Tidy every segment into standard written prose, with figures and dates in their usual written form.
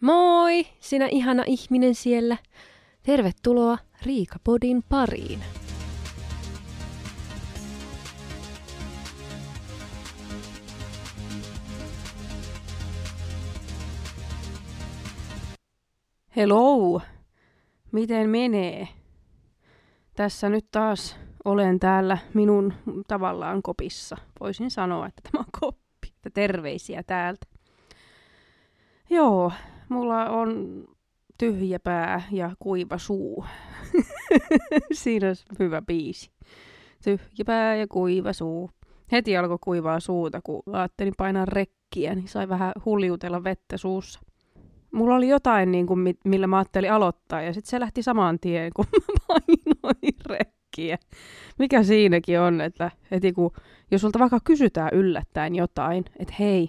Moi, sinä ihana ihminen siellä. Tervetuloa Riikapodin pariin. Hello! Miten menee? Tässä nyt taas olen täällä minun tavallaan kopissa. Voisin sanoa, että tämä on koppi. Terveisiä täältä. Joo, mulla on tyhjä pää ja kuiva suu. Siinä olisi hyvä biisi. Tyhjä pää ja kuiva suu. Heti alkoi kuivaa suuta, kun ajattelin painaa rekkiä, niin sai vähän huljutella vettä suussa. Mulla oli jotain, niin kuin, millä mä ajattelin aloittaa, ja sitten se lähti saman tien, kun mä painoin rekkiä. Mikä siinäkin on, että heti kun, jos sulta vaikka kysytään yllättäen jotain, että hei,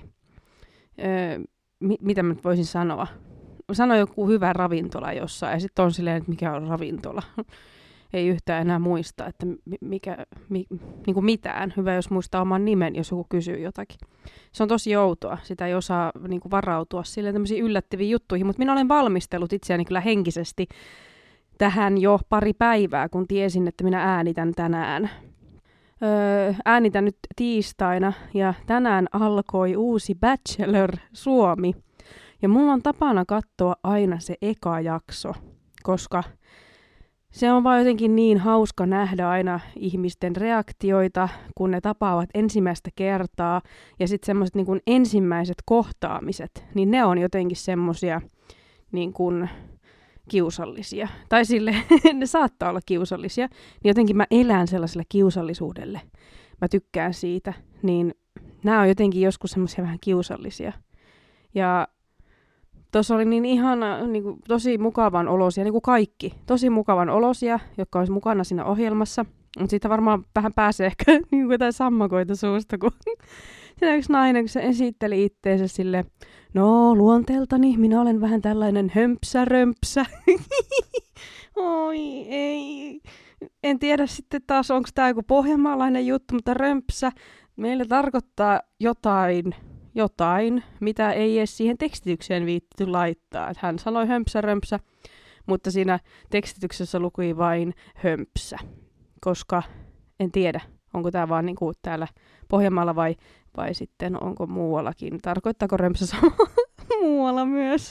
mitä mä nyt voisin sanoa? Sano joku hyvä ravintola jossain, ja sitten on silleen, että mikä on ravintola. Ei yhtään enää muista, että niin kuin mitään. Hyvä, jos muistaa oman nimen, jos joku kysyy jotakin. Se on tosi outoa. Sitä ei osaa niin kuin varautua silleen tämmöisiin yllättäviin juttuihin. Mutta minä olen valmistellut itseäni kyllä henkisesti tähän jo pari päivää, kun tiesin, että minä äänitän tänään. Äänitän nyt tiistaina, ja tänään alkoi uusi Bachelor Suomi. Ja mulla on tapana katsoa aina se eka jakso, koska se on vaan jotenkin niin hauska nähdä aina ihmisten reaktioita, kun ne tapaavat ensimmäistä kertaa. Ja sitten semmoiset niin kuin ensimmäiset kohtaamiset, niin ne on jotenkin semmoisia niin kuin kiusallisia. Tai sille ne saattaa olla kiusallisia. Niin jotenkin mä elän sellaiselle kiusallisuudelle. Mä tykkään siitä. Niin nämä on jotenkin joskus semmoisia vähän kiusallisia. Ja tuossa oli niin ihana, niin kuin, tosi mukavan olosia, niin kuin kaikki. Tosi mukavan olosia, jotka olisi mukana siinä ohjelmassa. Mutta siitä varmaan vähän pääsee ehkä niin kuin jotain sammakoita suusta, kun siinä yksi nainen, kun se esitteli itteensä silleen, no luonteeltani minä olen vähän tällainen hömpsä. Oi ei. En tiedä sitten taas, onko tämä joku pohjanmaalainen juttu, mutta römpsä meillä tarkoittaa jotain, mitä ei edes siihen tekstitykseen viittity laittaa. Et hän sanoi hömpsä, mutta siinä tekstityksessä lukui vain hömpsä, koska en tiedä, onko tämä vaan niinku täällä Pohjanmaalla vai sitten onko muuallakin. Tarkoittaako römpsä muualla myös?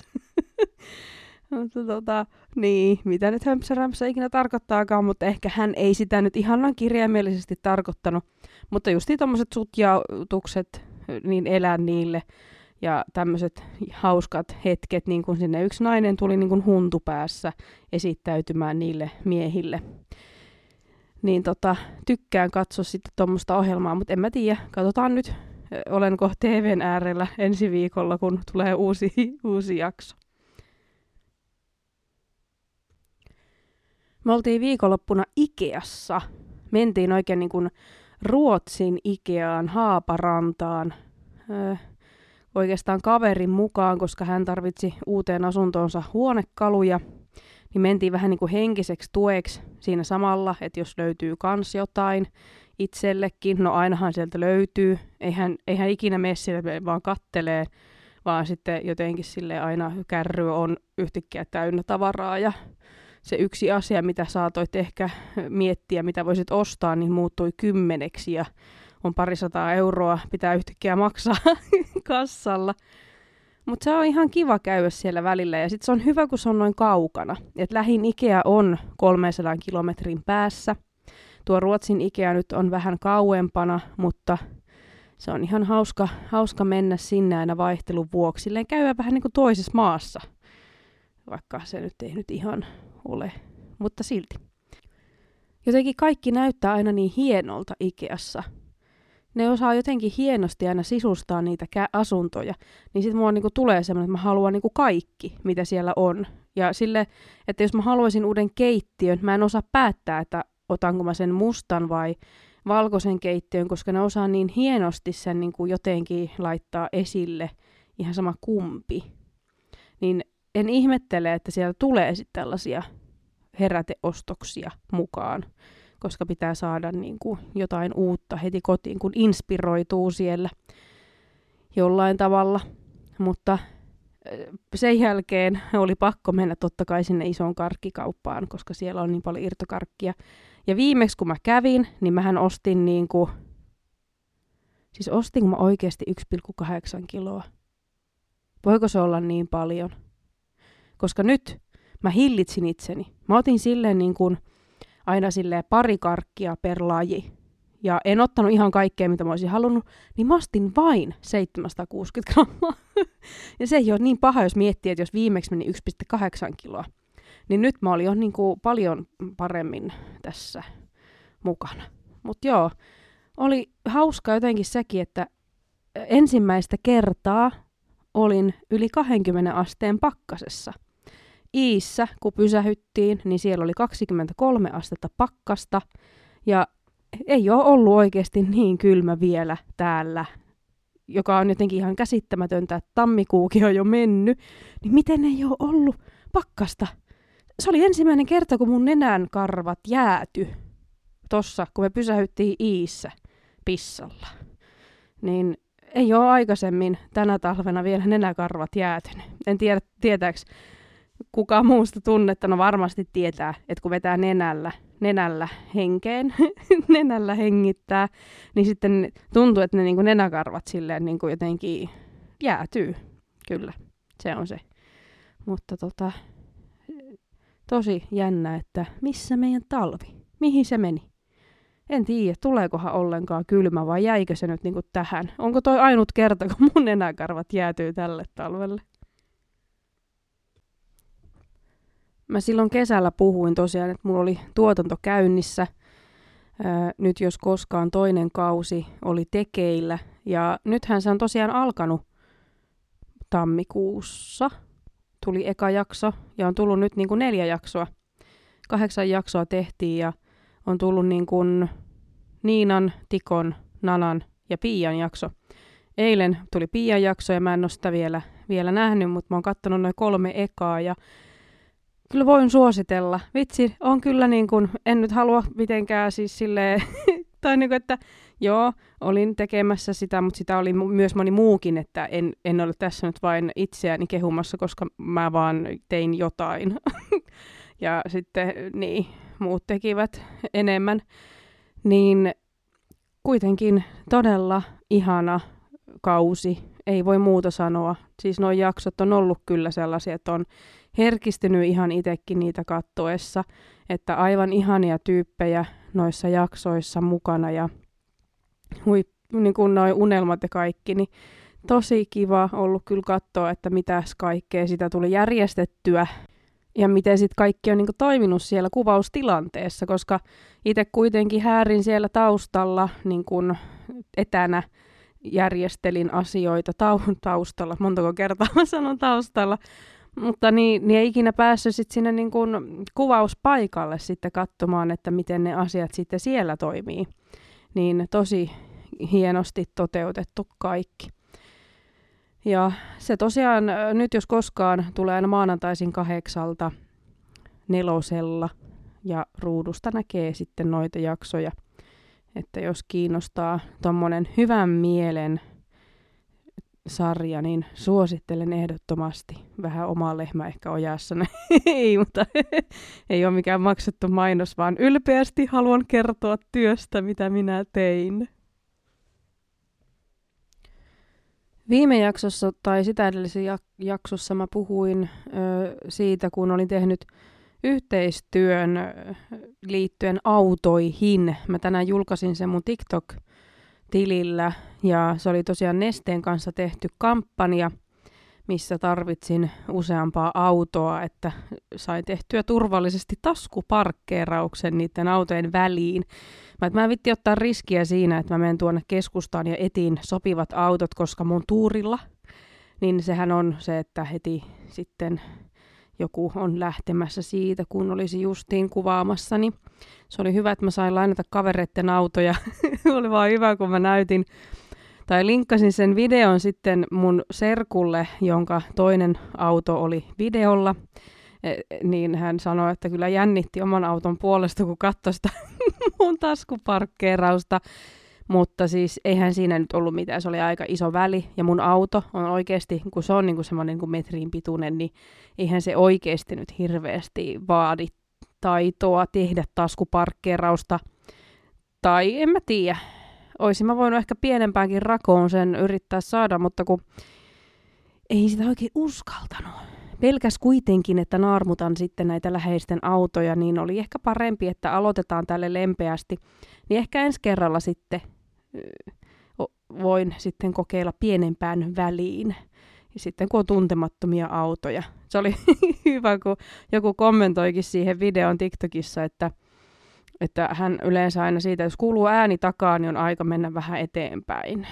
Mutta niin, mitä nyt hömpsä ikinä tarkoittaakaan, mutta ehkä hän ei sitä nyt ihanan kirjaimellisesti tarkoittanut. Mutta just tommoset sutjautukset, niin elän niille ja tämmöiset hauskat hetket, niin kun sinne yksi nainen tuli niin kun huntu päässä esittäytymään niille miehille. Niin tykkään katsoa sitten tuommoista ohjelmaa, mutta en mä tiedä, katsotaan nyt, olenko TVn äärellä ensi viikolla, kun tulee uusi jakso. Me oltiin viikonloppuna Ikeassa. Mentiin oikein niin kuin Ruotsin Ikeaan, Haaparantaan. Oikeastaan kaverin mukaan, koska hän tarvitsi uuteen asuntoonsa huonekaluja. Niin mentiin vähän niin kuin henkiseksi tueksi siinä samalla, että jos löytyy kans jotain itsellekin. No ainahan sieltä löytyy. Eihän ikinä mene sille, vaan kattelee, vaan sitten jotenkin sille aina kärry on yhtäkkiä täynnä tavaraa ja se yksi asia, mitä saatoit ehkä miettiä, mitä voisit ostaa, niin muuttui 10 ja on 200 euroa, pitää yhtäkkiä maksaa kassalla. Mutta se on ihan kiva käydä siellä välillä ja sitten se on hyvä, kun se on noin kaukana. Et lähin Ikea on 300 kilometrin päässä. Tuo Ruotsin Ikea nyt on vähän kauempana, mutta se on ihan hauska mennä sinne aina vaihtelun vuoksi. Silleen käydä vähän niin kuin toisessa maassa, vaikka se nyt ei nyt ihan ole, mutta silti. Jotenkin kaikki näyttää aina niin hienolta Ikeassa. Ne osaa jotenkin hienosti aina sisustaa niitä asuntoja. Niin sit mulla niinku tulee semmoinen, että mä haluan niinku kaikki, mitä siellä on. Ja sille, että jos mä haluaisin uuden keittiön, mä en osaa päättää, että otanko mä sen mustan vai valkoisen keittiön, koska ne osaa niin hienosti sen niinku jotenkin laittaa esille, ihan sama kumpi. Niin en ihmettele, että siellä tulee sitten tällaisia heräteostoksia mukaan, koska pitää saada niin kuin jotain uutta heti kotiin, kun inspiroituu siellä jollain tavalla. Mutta sen jälkeen oli pakko mennä totta kai sinne isoon karkkikauppaan, koska siellä on niin paljon irtokarkkia. Ja viimeksi kun mä kävin, niin mähän ostin siis ostinko mä oikeasti 1,8 kiloa? Voiko se olla niin paljon? Koska nyt mä hillitsin itseni. Mä otin silleen aina silleen pari karkkia per laji. Ja en ottanut ihan kaikkea, mitä mä olisin halunnut, niin mä ostin vain 760 grammaa. Ja se ei ole niin paha, jos miettii, että jos viimeksi meni 1,8 kiloa. Niin nyt mä olin jo paljon paremmin tässä mukana. Mutta joo, oli hauska jotenkin sekin, että ensimmäistä kertaa olin yli 20 asteen pakkasessa. Iissä, kun pysähyttiin, niin siellä oli 23 astetta pakkasta. Ja ei ole ollut oikeasti niin kylmä vielä täällä, joka on jotenkin ihan käsittämätöntä, että tammikuukin on jo mennyt. Niin miten ei ole ollut pakkasta? Se oli ensimmäinen kerta, kun mun nenän karvat jääty tossa, kun me pysähyttiin Iissä pissalla. Niin ei ole aikaisemmin tänä talvena vielä nenäkarvat jäätynyt. En tiedä, tietääkö kukaan muusta tunnetta, no varmasti tietää, että kun vetää nenällä henkeen, nenällä hengittää, niin sitten tuntuu, että ne nenäkarvat silleen jotenkin jäätyy. Kyllä, se on se. Mutta tosi jännä, että missä meidän talvi? Mihin se meni? En tiedä, tuleekohan ollenkaan kylmä vai jäikö se nyt tähän? Onko toi ainut kerta, kun mun nenäkarvat jäätyy tälle talvelle? Mä silloin kesällä puhuin tosiaan, että mulla oli tuotanto käynnissä. Nyt jos koskaan toinen kausi oli tekeillä. Ja nythän se on tosiaan alkanut tammikuussa. Tuli eka jakso ja on tullut nyt 4 jaksoa. 8 jaksoa tehtiin ja on tullut Niinan, Tikon, Nanan ja Piian jakso. Eilen tuli Piian jakso ja mä en ole sitä vielä nähnyt, mutta mä oon katsonut noin 3 ekaa ja kyllä voin suositella. Vitsi, on kyllä en nyt halua mitenkään siis silleen, tai että joo, olin tekemässä sitä, mutta sitä oli myös moni muukin, että en ole tässä nyt vain itseäni kehumassa, koska mä vaan tein jotain. Ja sitten niin, muut tekivät enemmän. Niin kuitenkin todella ihana kausi, ei voi muuta sanoa. Siis nuo jaksot on ollut kyllä sellaisia, että on herkistynyt ihan itsekin niitä kattoessa, että aivan ihania tyyppejä noissa jaksoissa mukana ja noi unelmat ja kaikki, niin tosi kiva ollut kyllä katsoa, että mitäs kaikkea sitä tuli järjestettyä ja miten sitten kaikki on toiminut siellä kuvaustilanteessa, koska itse kuitenkin häärin siellä taustalla etänä järjestelin asioita taustalla, montako kertaa mä sanon taustalla, mutta niin ei ikinä päässyt sit sinne kuvauspaikalle sitten katsomaan, että miten ne asiat sitten siellä toimii. Niin tosi hienosti toteutettu kaikki. Ja se tosiaan nyt jos koskaan tulee aina maanantaisin 8:00 ja ruudusta näkee sitten noita jaksoja. Että jos kiinnostaa tommonen hyvän mielen sarja, niin suosittelen ehdottomasti. Vähän omaa lehmä ehkä ojassa. Ei, mutta ei ole mikään maksettu mainos, vaan ylpeästi haluan kertoa työstä, mitä minä tein. Viime jaksossa tai sitä edellisessä jaksossa mä puhuin siitä, kun olin tehnyt yhteistyön liittyen autoihin. Mä tänään julkaisin sen mun TikTok-tilillä ja se oli tosiaan Nesteen kanssa tehty kampanja, missä tarvitsin useampaa autoa, että sain tehtyä turvallisesti taskuparkkeerauksen niiden autojen väliin. Mä en vitti ottaa riskiä siinä, että mä menen tuonne keskustaan ja etin sopivat autot, koska mun tuurilla, niin sehän on se, että heti sitten joku on lähtemässä siitä, kun olisi justiin kuvaamassa, niin se oli hyvä, että mä sain lainata kavereiden autoja. Oli vaan hyvä, kun mä näytin tai linkkasin sen videon sitten mun serkulle, jonka toinen auto oli videolla, niin hän sanoi, että kyllä jännitti oman auton puolesta, kun katsoi sitä mun taskuparkkeerausta. Mutta siis eihän siinä nyt ollut mitään, se oli aika iso väli ja mun auto on oikeasti, kun se on niinku semmoinen niinku metrin pituinen, niin eihän se oikeasti nyt hirveästi vaadi taitoa tehdä taskuparkkeerausta. Tai en mä tiedä, oisin mä voinut ehkä pienempäänkin rakoon sen yrittää saada, mutta kun ei sitä oikein uskaltanut. Pelkäs kuitenkin, että naarmutan sitten näitä läheisten autoja, niin oli ehkä parempi, että aloitetaan tälle lempeästi. Niin ehkä ensi kerralla sitten voin sitten kokeilla pienempään väliin. Ja sitten kun on tuntemattomia autoja. Se oli hyvä, kun joku kommentoikin siihen videon TikTokissa, että hän yleensä aina siitä, jos kuuluu ääni takaa, niin on aika mennä vähän eteenpäin.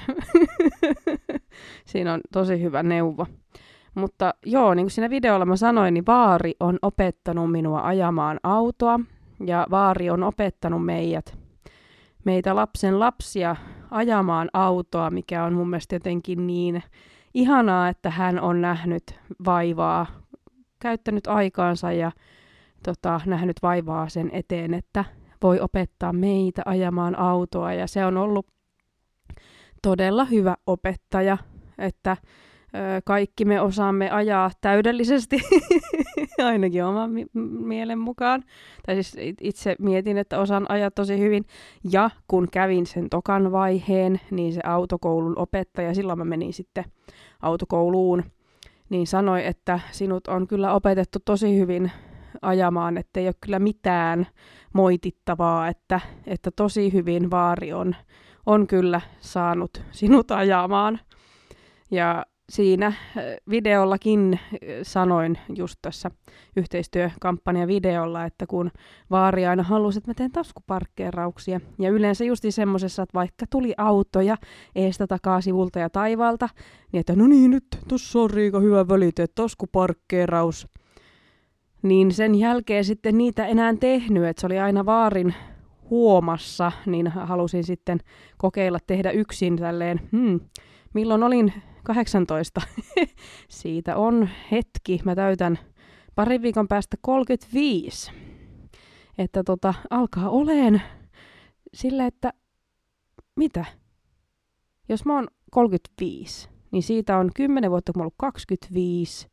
Siinä on tosi hyvä neuvo. Mutta joo, niin kuin siinä videolla mä sanoin, niin vaari on opettanut minua ajamaan autoa. Ja vaari on opettanut meitä lapsen lapsia ajamaan autoa, mikä on mun mielestä jotenkin niin ihanaa, että hän on nähnyt vaivaa, käyttänyt aikaansa ja nähnyt vaivaa sen eteen, että voi opettaa meitä ajamaan autoa. Ja se on ollut todella hyvä opettaja, että kaikki me osaamme ajaa täydellisesti, ainakin oman mielen mukaan. Tai siis itse mietin, että osaan ajaa tosi hyvin. Ja kun kävin sen tokan vaiheen, niin se autokoulun opettaja, silloin mä menin sitten autokouluun, niin sanoi, että sinut on kyllä opetettu tosi hyvin ajamaan, että ei ole kyllä mitään moitittavaa, että tosi hyvin vaari on kyllä saanut sinut ajamaan. Ja siinä videollakin sanoin just tässä yhteistyökampanjan videolla, että kun vaari aina halusi, että mä teen taskuparkkeerauksia. Ja yleensä justi semmosessa, että vaikka tuli autoja eestä takaa sivulta ja taivaalta, niin että no niin nyt, tossa on Riika hyvä väli, teet taskuparkkeeraus. Niin sen jälkeen sitten niitä enää tehnyt, että se oli aina vaarin huomassa, niin halusin sitten kokeilla tehdä yksin tälleen, milloin olin 18. Siitä on hetki. Mä täytän parin viikon päästä 35. Että alkaa oleen sillä, että mitä? Jos mä oon 35, niin siitä on 10 vuotta, kun mä oon ollut 25.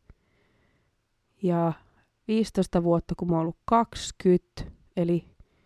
Ja 15 vuotta, kun mä oon ollut 20. Eli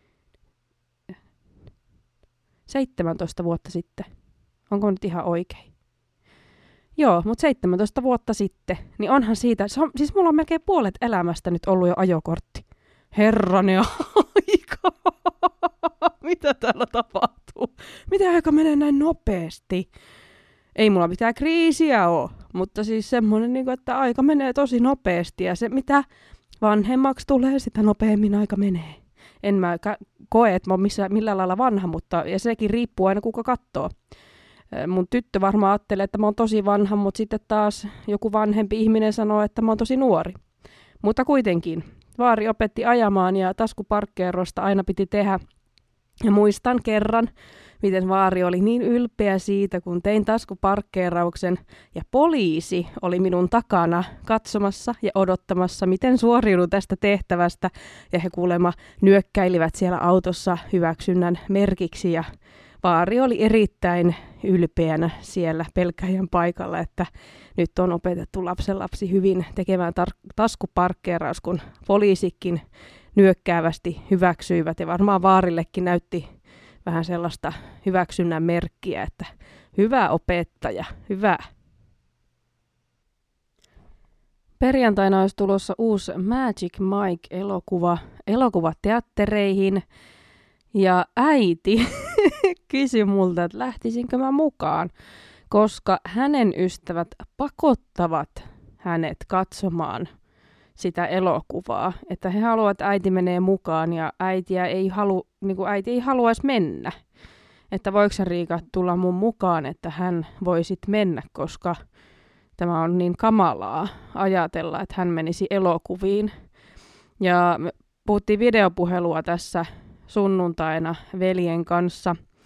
17 vuotta sitten. Onko nyt ihan oikein? Joo, mutta 17 vuotta sitten, niin onhan siitä, siis mulla on melkein puolet elämästä nyt ollut jo ajokortti. Herranen aika, mitä täällä tapahtuu? Mitä aika menee näin nopeasti? Ei mulla mitään kriisiä ole, mutta siis semmoinen, että aika menee tosi nopeasti ja se mitä vanhemmaksi tulee, sitä nopeammin aika menee. En mä koe, että mä oon millään lailla vanha, mutta ja sekin riippuu aina kuka katsoo. Mun tyttö varmaan ajattelee, että mä oon tosi vanha, mutta sitten taas joku vanhempi ihminen sanoo, että mä oon tosi nuori. Mutta kuitenkin, vaari opetti ajamaan ja taskuparkkeerosta aina piti tehdä. Ja muistan kerran, miten vaari oli niin ylpeä siitä, kun tein taskuparkkeerauksen ja poliisi oli minun takana katsomassa ja odottamassa, miten suoriudun tästä tehtävästä. Ja he kuulemma nyökkäilivät siellä autossa hyväksynnän merkiksi ja vaari oli erittäin ylpeänä siellä pelkäjän paikalla, että nyt on opetettu lapsenlapsi hyvin tekemään taskuparkkeeraus, kun poliisikin nyökkäävästi hyväksyivät ja varmaan vaarillekin näytti vähän sellaista hyväksynnän merkkiä, että hyvä opettaja, hyvä. Perjantaina olisi tulossa uusi Magic Mike-elokuva elokuvateattereihin ja äiti kysyi multa, että lähtisinkö mä mukaan, koska hänen ystävät pakottavat hänet katsomaan sitä elokuvaa, että he haluavat, että äiti menee mukaan ja äiti ei haluaisi mennä. Että voiko sä Riika tulla mun mukaan, että hän voi sit mennä, koska tämä on niin kamalaa ajatella, että hän menisi elokuviin. Ja me puhuttiin videopuhelua tässä sunnuntaina veljen kanssa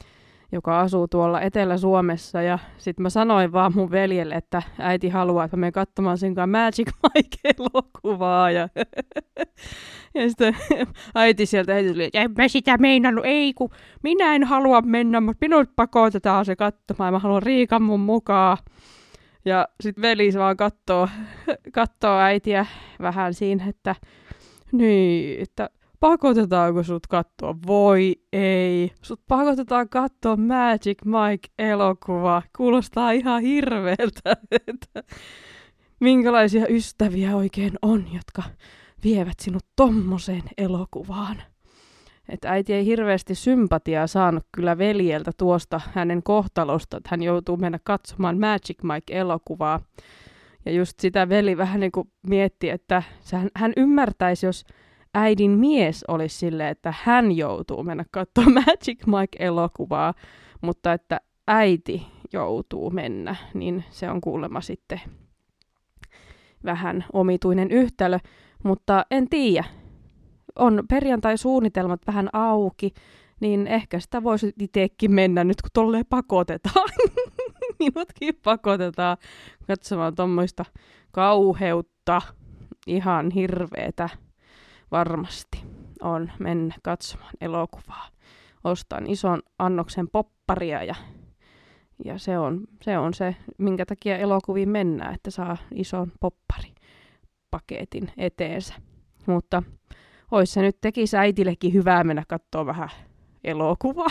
joka asuu tuolla Etelä-Suomessa. Ja sitten mä sanoin vaan mun veljelle, että äiti haluaa, että mä menen katsomaan sen kanssa Magic Mike-elokuvaa. Ja sitten äiti sieltä tuli, että en mä sitä meinannut, ei kun minä en halua mennä, mutta minut pakotetaan se katsomaan. Mä haluan Riikan mun mukaan. Ja sitten veli vaan kattoo äitiä vähän siinä, että niin, että pakotetaanko sut katsoa? Voi ei. Sut pakotetaan katsoa Magic Mike-elokuvaa. Kuulostaa ihan hirveältä, että minkälaisia ystäviä oikein on, jotka vievät sinut tommoseen elokuvaan. Että äiti ei hirveästi sympatiaa saanut kyllä veljeltä tuosta hänen kohtalosta, että hän joutuu mennä katsomaan Magic Mike-elokuvaa. Ja just sitä veli vähän niin kuin mietti, että hän ymmärtäisi, jos äidin mies olisi silleen, että hän joutuu mennä katsomaan Magic Mike-elokuvaa, mutta että äiti joutuu mennä, niin se on kuulemma sitten vähän omituinen yhtälö. Mutta en tiedä, on perjantai-suunnitelmat vähän auki, niin ehkä sitä voisi itsekin mennä nyt, kun tolleen pakotetaan. Minutkin pakotetaan katsomaan tommoista kauheutta, ihan hirveetä. Varmasti on mennä katsomaan elokuvaa. Ostan ison annoksen popparia ja se on se, minkä takia elokuviin mennään, että saa ison popparipaketin eteensä. Mutta ois se nyt tekisi äitillekin hyvää mennä katsoa vähän elokuvaa.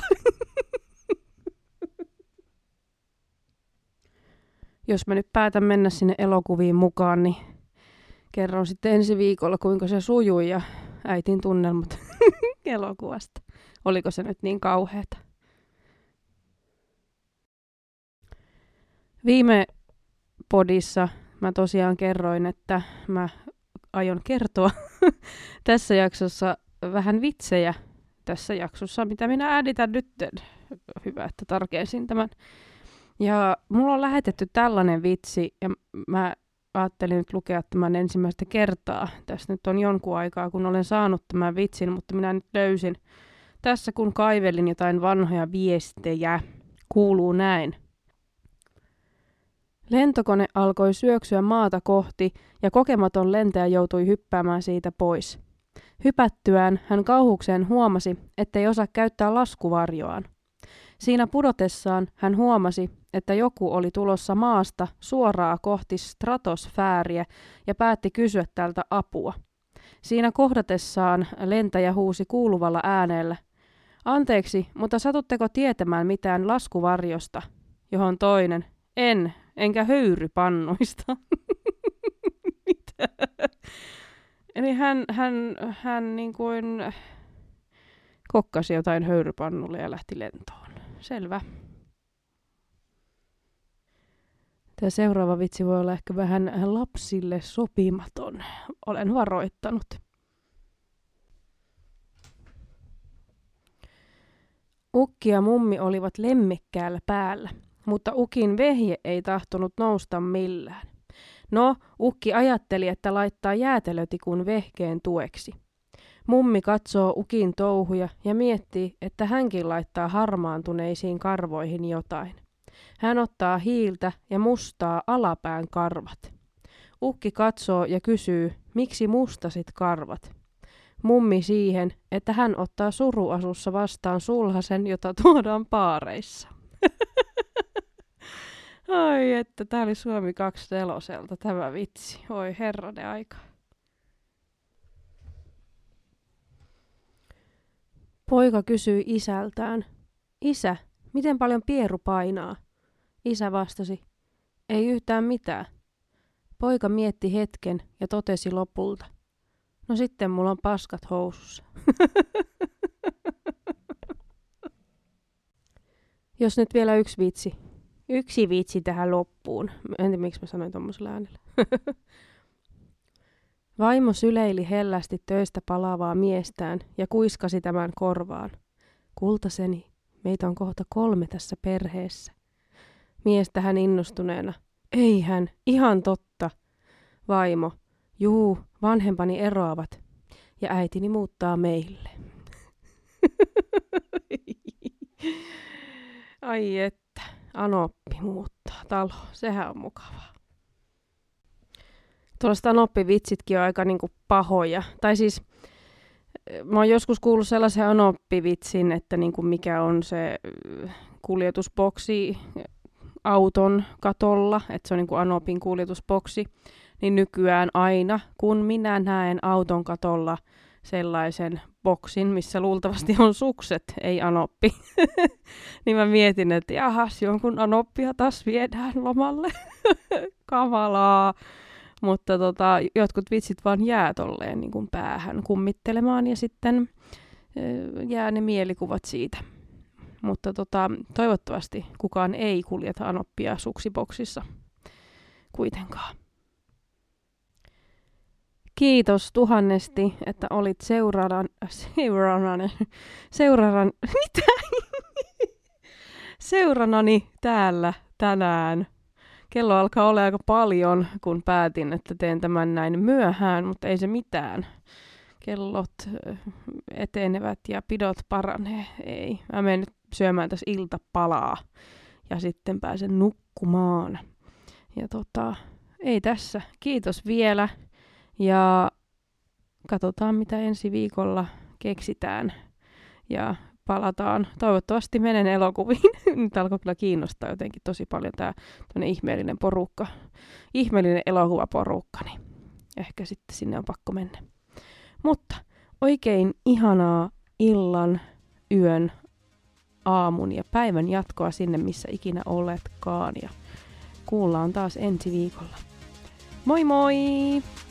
Jos mä nyt päätän mennä sinne elokuviin mukaan, niin kerron sitten ensi viikolla, kuinka se sujui ja äitin tunnelmat elokuvasta. Oliko se nyt niin kauheata? Viime podissa mä tosiaan kerroin, että mä aion kertoa tässä jaksossa vähän vitsejä tässä jaksossa, mitä minä äänitän nyt. Hyvä, että tarkensin tämän. Ja mulla on lähetetty tällainen vitsi, ja mä ajattelin nyt lukea tämän ensimmäistä kertaa. Tässä nyt on jonkun aikaa, kun olen saanut tämän vitsin, mutta minä nyt löysin. Tässä kun kaivelin jotain vanhoja viestejä, kuuluu näin. Lentokone alkoi syöksyä maata kohti ja kokematon lentäjä joutui hyppäämään siitä pois. Hypättyään hän kauhukseen huomasi, ettei osaa käyttää laskuvarjoaan. Siinä pudotessaan hän huomasi, että joku oli tulossa maasta suoraa kohti stratosfääriä ja päätti kysyä tältä apua. Siinä kohdatessaan lentäjä huusi kuuluvalla äänellä. Anteeksi, mutta satutteko tietämään mitään laskuvarjosta? Johon toinen. Enkä höyrypannuista. Mitä? Eli hän niin kuin kokkasi jotain höyrypannulle ja lähti lentoon. Selvä. Tämä seuraava vitsi voi olla ehkä vähän lapsille sopimaton. Olen varoittanut. Ukki ja mummi olivat lemmekkäällä päällä, mutta ukin vehje ei tahtonut nousta millään. No, ukki ajatteli, että laittaa jäätelötikun vehkeen tueksi. Mummi katsoo ukin touhuja ja miettii, että hänkin laittaa harmaantuneisiin karvoihin jotain. Hän ottaa hiiltä ja mustaa alapään karvat. Ukki katsoo ja kysyy, miksi mustasit karvat? Mummi siihen, että hän ottaa suruasussa vastaan sulhasen, jota tuodaan paareissa. Ai että, tää oli Suomi 24 tämä vitsi. Oi herranen aika. Poika kysyi isältään. Isä, miten paljon pieru painaa? Isä vastasi. Ei yhtään mitään. Poika mietti hetken ja totesi lopulta. No sitten mulla on paskat housussa. Jos nyt vielä yksi vitsi. Yksi vitsi tähän loppuun. En tiedä, miksi mä sanoin tommosella äänellä. Vaimo syleili hellästi töistä palaavaa miestään ja kuiskasi tämän korvaan. Kultaseni, meitä on kohta 3 tässä perheessä. Mies tähän innostuneena. Eihän, ihan totta. Vaimo, juu, vanhempani eroavat ja äitini muuttaa meille. Ai että, Anoppi muuttaa talo. Sehän on mukavaa. Tuollaiset Anoppi-vitsitkin on aika niinku pahoja. Tai siis mä oon joskus kuullut sellaisen Anoppi-vitsin, että niinku mikä on se kuljetusboksi auton katolla, että se on niinku Anopin kuljetusboksi, niin nykyään aina, kun minä näen auton katolla sellaisen boksin, missä luultavasti on sukset, ei Anoppi, niin mä mietin, että jahas, jonkun Anoppia taas viedään lomalle. Kamalaa. Mutta jotkut vitsit vaan jää tolleen niin kuin päähän kummittelemaan ja sitten jää ne mielikuvat siitä. Mutta toivottavasti kukaan ei kuljeta Anoppia suksiboksissa kuitenkaan. Kiitos tuhannesti, että olit seuranani täällä tänään. Kello alkaa olla aika paljon, kun päätin, että teen tämän näin myöhään, mutta ei se mitään. Kellot etenevät ja pidot paranee. Ei. Mä menen nyt syömään tässä iltapalaa ja sitten pääsen nukkumaan. Ja ei tässä. Kiitos vielä ja katsotaan mitä ensi viikolla keksitään ja palataan. Toivottavasti menen elokuviin. Nyt alkoi kyllä kiinnostaa jotenkin tosi paljon tämä ihmeellinen porukka. Ihmeellinen elokuvaporukka, niin ehkä sitten sinne on pakko mennä. Mutta oikein ihanaa illan, yön, aamun ja päivän jatkoa sinne, missä ikinä oletkaan. Ja kuullaan taas ensi viikolla. Moi moi!